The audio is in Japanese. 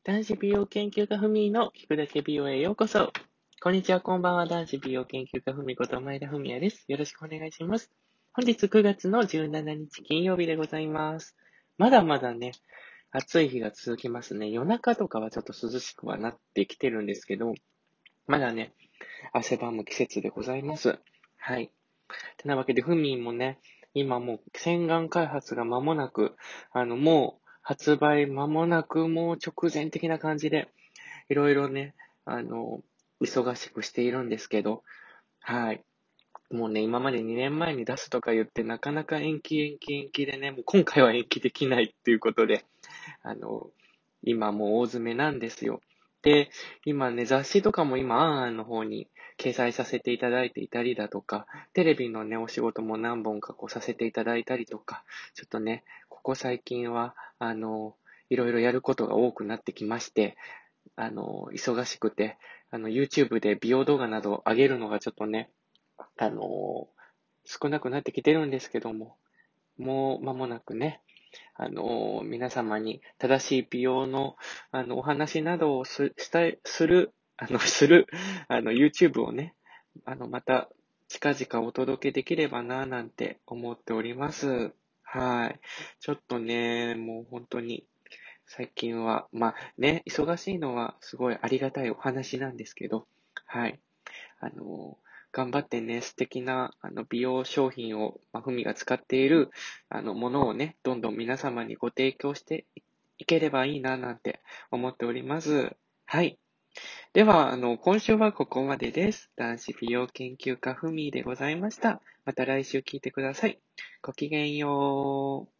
男子美容研究家ふみの聞くだけ美容へようこそ。こんにちは、こんばんは。男子美容研究家ふみこと前田ふみやです。よろしくお願いします。本日9月の17日金曜日でございます。まだまだね、暑い日が続きますね。夜中とかはちょっと涼しくはなってきてるんですけど、まだね、汗ばむ季節でございます。はい。てなわけで、ふみもね、今もう洗顔開発が間もなく、もう発売間もなく、もう直前的な感じで、いろいろね、忙しくしているんですけど、はい。もうね、今まで2年前に出すとか言って、なかなか延期でね、もう今回は延期できないっていうことで、あの、今もう大詰めなんですよ。で、今ね、雑誌とかも今、アンアンの方に掲載させていただいていたりだとか、テレビのね、お仕事も何本かさせていただいたりとか、ちょっとね、ここ最近は、いろいろやることが多くなってきまして、忙しくて、YouTube で美容動画などを上げるのがちょっとね、あの、少なくなってきてるんですけども、もう間もなくね、皆様に正しい美容の、お話などをする、YouTube をね、また、近々お届けできればな、なんて思っております。はい。ちょっとね、もう本当に、最近は、まあね、忙しいのはすごいありがたいお話なんですけど、はい。あの、頑張ってね、素敵な、美容商品を、ふみが使っている、ものをね、どんどん皆様にご提供していければいいな、なんて思っております。はい。では、今週はここまでです。男子美容研究家ふみでございました。また来週聞いてください。ごきげんよう。